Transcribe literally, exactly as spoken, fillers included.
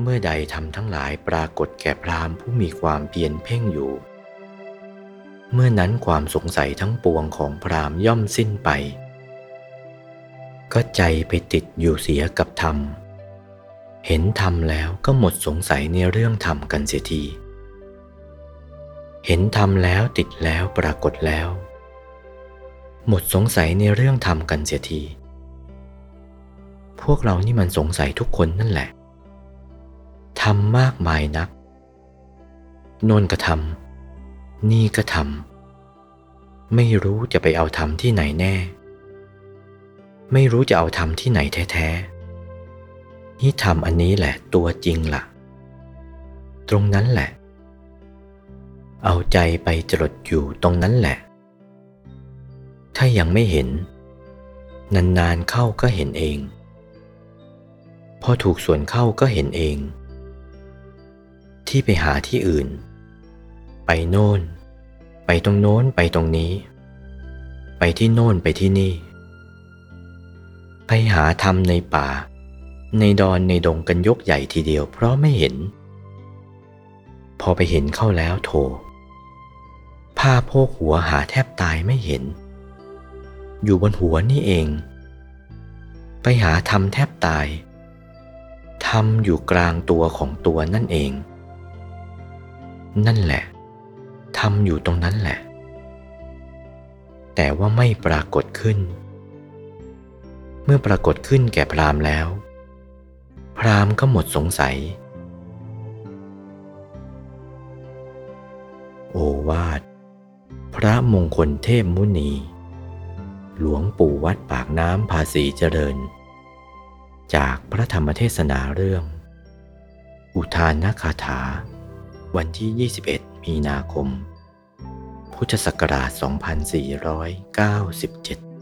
เมื่อใดธรรมทั้งหลายปรากฏแก่พราหมณ์ผู้มีความเพียรเพ่งอยู่เมื่อนั้นความสงสัยทั้งปวงของพราหมณ์ย่อมสิ้นไปก็ใจไปติดอยู่เสียกับธรรมเห็นธรรมแล้วก็หมดสงสัยในเรื่องธรรมกันเสียทีเห็นธรรมแล้วติดแล้วปรากฏแล้วหมดสงสัยในเรื่องธรรมกันเสียทีพวกเรานี่มันสงสัยทุกคนนั่นแหละทำมากมายนักโน่นก็ทำนี่ก็ทำไม่รู้จะไปเอาธรรมที่ไหนแน่ไม่รู้จะเอาธรรมที่ไหนแท้ๆนี่ธรรมอันนี้แหละตัวจริงล่ะตรงนั้นแหละเอาใจไปจดอยู่ตรงนั้นแหละถ้ายังไม่เห็นนานๆเข้าก็เห็นเองพอถูกส่วนเข้าก็เห็นเองที่ไปหาที่อื่นไปโน่นไปตรงโน้นไปตรงนี้ไปที่โน่นไปที่นี่ไปหาธรรมในป่าในดอนในดงกันยกใหญ่ทีเดียวเพราะไม่เห็นพอไปเห็นเข้าแล้วโถผ้าโพกหัวหาแทบตายไม่เห็นอยู่บนหัวนี่เองไปหาธรรมแทบตายธรรมอยู่กลางตัวของตัวนั่นเองนั่นแหละธรรมอยู่ตรงนั้นแหละแต่ว่าไม่ปรากฏขึ้นเมื่อปรากฏขึ้นแก่พราหมณ์แล้วพราหมณ์ก็หมดสงสัยโอวาทพระมงคลเทพมุนีหลวงปู่วัดปากน้ำภาษีเจริญจากพระธรรมเทศนาเรื่องอุทานคาถาวันที่ยี่สิบเอ็ดมีนาคมพุทธศักราชสองพันสี่ร้อยเก้าสิบเจ็ด